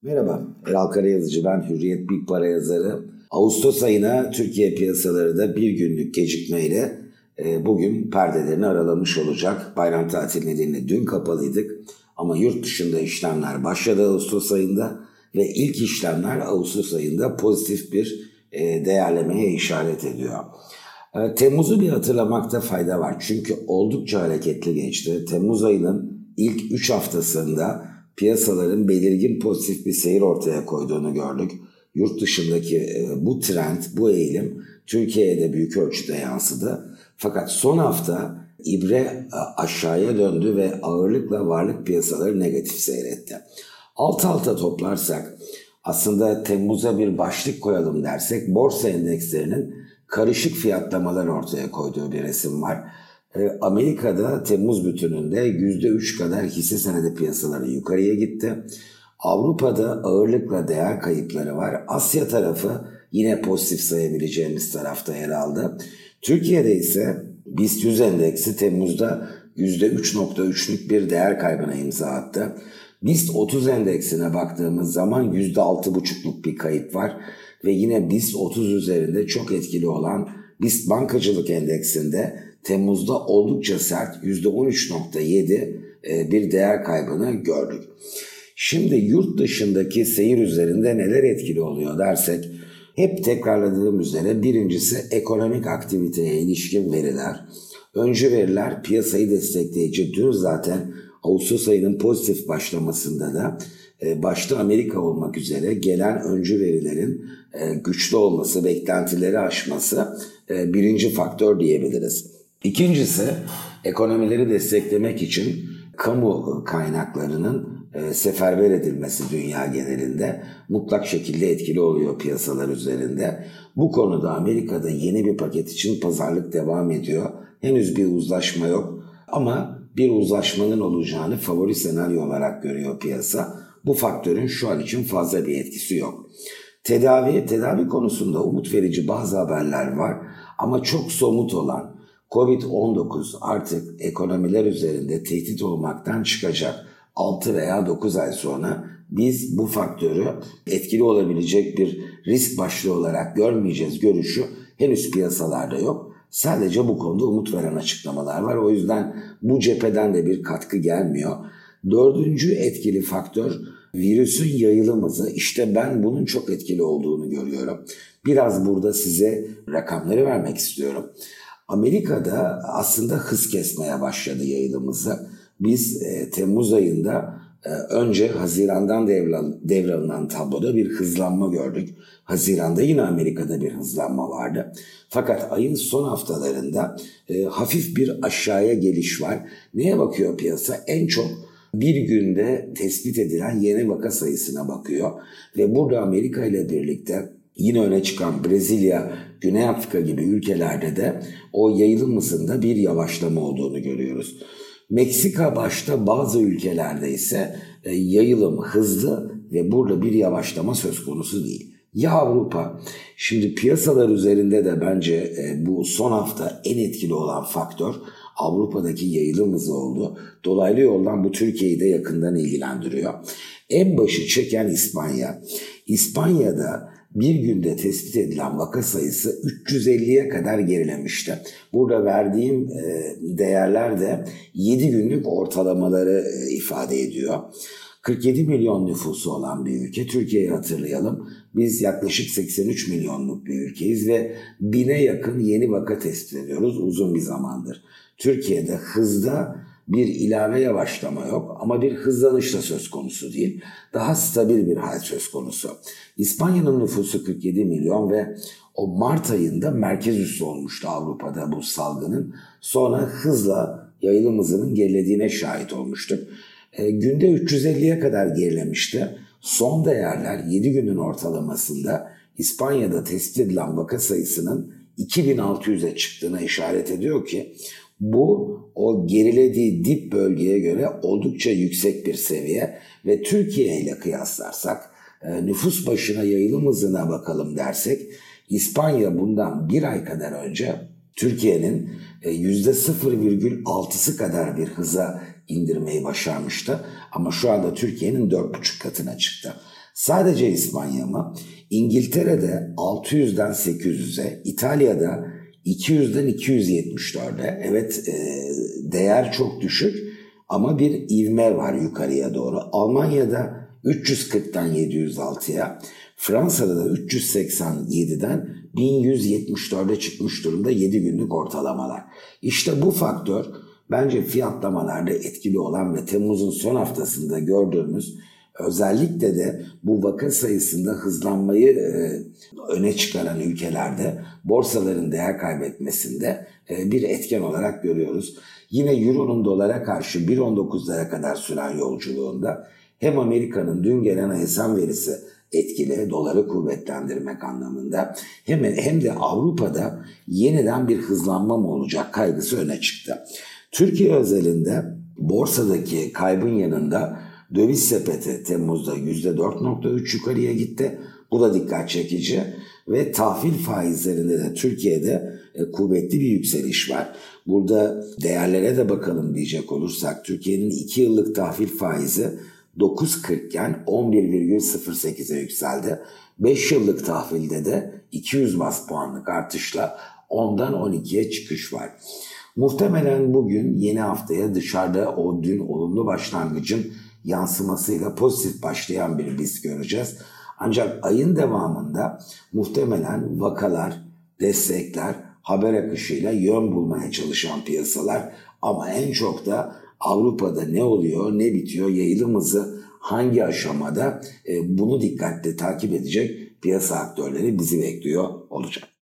Merhaba, Eral Karayazıcı ben, Hürriyet Big Para yazarı. Ağustos ayına Türkiye piyasaları da bir günlük gecikmeyle bugün perdelerini aralamış olacak. Bayram tatili nedeniyle dün kapalıydık ama yurt dışında işlemler başladı Ağustos ayında ve ilk işlemler Ağustos ayında pozitif bir değerlemeye işaret ediyor. Temmuz'u bir hatırlamakta fayda var çünkü oldukça hareketli geçti. Temmuz ayının ilk 3 haftasında piyasaların belirgin pozitif bir seyir ortaya koyduğunu gördük. Yurt dışındaki bu trend, bu eğilim Türkiye'ye de büyük ölçüde yansıdı. Fakat son hafta ibre aşağıya döndü ve ağırlıkla varlık piyasaları negatif seyretti. Alt alta toplarsak aslında Temmuz'a bir başlık koyalım dersek borsa endekslerinin karışık fiyatlamalar ortaya koyduğu bir resim var. Amerika'da Temmuz bütününde %3 kadar hisse senedi piyasaları yukarıya gitti. Avrupa'da ağırlıkla değer kayıpları var. Asya tarafı yine pozitif sayabileceğimiz tarafta yer aldı. Türkiye'de ise BIST 100 endeksi Temmuz'da %3.3'lük bir değer kaybına imza attı. BIST 30 endeksine baktığımız zaman %6.5'luk bir kayıp var. Ve yine BIST 30 üzerinde çok etkili olan BIST Bankacılık Endeksinde Temmuz'da oldukça sert %13.7 bir değer kaybını gördük. Şimdi yurt dışındaki seyir üzerinde neler etkili oluyor dersek, hep tekrarladığım üzere birincisi ekonomik aktiviteye ilişkin veriler. Öncü veriler piyasayı destekleyici. Dün zaten Ağustos ayının pozitif başlamasında da başta Amerika olmak üzere gelen öncü verilerin güçlü olması, beklentileri aşması birinci faktör diyebiliriz. İkincisi, ekonomileri desteklemek için kamu kaynaklarının seferber edilmesi dünya genelinde mutlak şekilde etkili oluyor piyasalar üzerinde. Bu konuda Amerika'da yeni bir paket için pazarlık devam ediyor. Henüz bir uzlaşma yok ama bir uzlaşmanın olacağını favori senaryo olarak görüyor piyasa. Bu faktörün şu an için fazla bir etkisi yok. Tedavi konusunda umut verici bazı haberler var ama çok somut olan Covid-19 artık ekonomiler üzerinde tehdit olmaktan çıkacak. 6 veya 9 ay sonra biz bu faktörü etkili olabilecek bir risk başlığı olarak görmeyeceğiz görüşü henüz piyasalarda yok. Sadece bu konuda umut veren açıklamalar var. O yüzden bu cepheden de bir katkı gelmiyor. Dördüncü etkili faktör virüsün yayılım hızı. İşte ben bunun çok etkili olduğunu görüyorum. Biraz burada size rakamları vermek istiyorum. Amerika'da aslında hız kesmeye başladı yayılım hızı. Biz Temmuz ayında önce Haziran'dan devralınan tabloda bir hızlanma gördük. Haziran'da yine Amerika'da bir hızlanma vardı. Fakat ayın son haftalarında hafif bir aşağıya geliş var. Neye bakıyor piyasa? En çok bir günde tespit edilen yeni vaka sayısına bakıyor. Ve burada Amerika ile birlikte yine öne çıkan Brezilya, Güney Afrika gibi ülkelerde de o yayılım hızında bir yavaşlama olduğunu görüyoruz. Meksika başta bazı ülkelerde ise yayılım hızlı ve burada bir yavaşlama söz konusu değil. Ya Avrupa, şimdi piyasalar üzerinde de bence bu son hafta en etkili olan faktör Avrupa'daki yayılım hızı oldu. Dolaylı yoldan bu Türkiye'yi de yakından ilgilendiriyor. En başı çeken İspanya. İspanya'da bir günde tespit edilen vaka sayısı 350'ye kadar gerilemişti. Burada verdiğim değerler de 7 günlük ortalamaları ifade ediyor. 47 milyon nüfusu olan bir ülke. Türkiye'yi hatırlayalım. Biz yaklaşık 83 milyonluk bir ülkeyiz ve 1000'e yakın yeni vaka tespit ediyoruz uzun bir zamandır. Türkiye'de hızda bir ilave yavaşlama yok ama bir hızlanış da söz konusu değil. Daha stabil bir hal söz konusu. İspanya'nın nüfusu 47 milyon ve o Mart ayında merkez üssü olmuştu Avrupa'da bu salgının. Sonra hızla yayılım hızının gerilediğine şahit olmuştuk. Günde 350'ye kadar gerilemişti. Son değerler 7 günün ortalamasında İspanya'da tespit edilen vaka sayısının 2600'e çıktığına işaret ediyor ki bu o gerilediği dip bölgeye göre oldukça yüksek bir seviye ve Türkiye ile kıyaslarsak nüfus başına yayılım hızına bakalım dersek İspanya bundan bir ay kadar önce Türkiye'nin %0,6'sı kadar bir hıza indirmeyi başarmıştı. Ama şu anda Türkiye'nin 4,5 katına çıktı. Sadece İspanya mı? İngiltere'de 600'den 800'e, İtalya'da 200'den 274'e. Evet, değer çok düşük ama bir ivme var yukarıya doğru. Almanya'da 340'tan 706'ya, Fransa'da da 387'den 1174'e çıkmış durumda 7 günlük ortalamalar. İşte bu faktör bence fiyatlamalarda etkili olan ve Temmuz'un son haftasında gördüğümüz, özellikle de bu vaka sayısında hızlanmayı öne çıkaran ülkelerde borsaların değer kaybetmesinde bir etken olarak görüyoruz. Yine Euro'nun dolara karşı 1.19'lara kadar süren yolculuğunda hem Amerika'nın dün gelen ISM verisi etkili, doları kuvvetlendirmek anlamında, hem de Avrupa'da yeniden bir hızlanma mı olacak kaygısı öne çıktı. Türkiye özelinde borsadaki kaybın yanında döviz sepeti Temmuz'da %4.3 yukarıya gitti. Bu da dikkat çekici ve tahvil faizlerinde de Türkiye'de kuvvetli bir yükseliş var. Burada değerlere de bakalım diyecek olursak, Türkiye'nin 2 yıllık tahvil faizi 9.40 iken 11,08'e yükseldi. 5 yıllık tahvilde de 200 bas puanlık artışla 10'dan 12'ye çıkış var. Muhtemelen bugün yeni haftaya dışarıda o dün olumlu başlangıcın yansımasıyla pozitif başlayan bir BIST göreceğiz. Ancak ayın devamında muhtemelen vakalar, destekler, haber akışıyla yön bulmaya çalışan piyasalar, ama en çok da Avrupa'da ne oluyor, ne bitiyor, yayılım hızı hangi aşamada, bunu dikkatle takip edecek piyasa aktörleri bizi bekliyor olacak.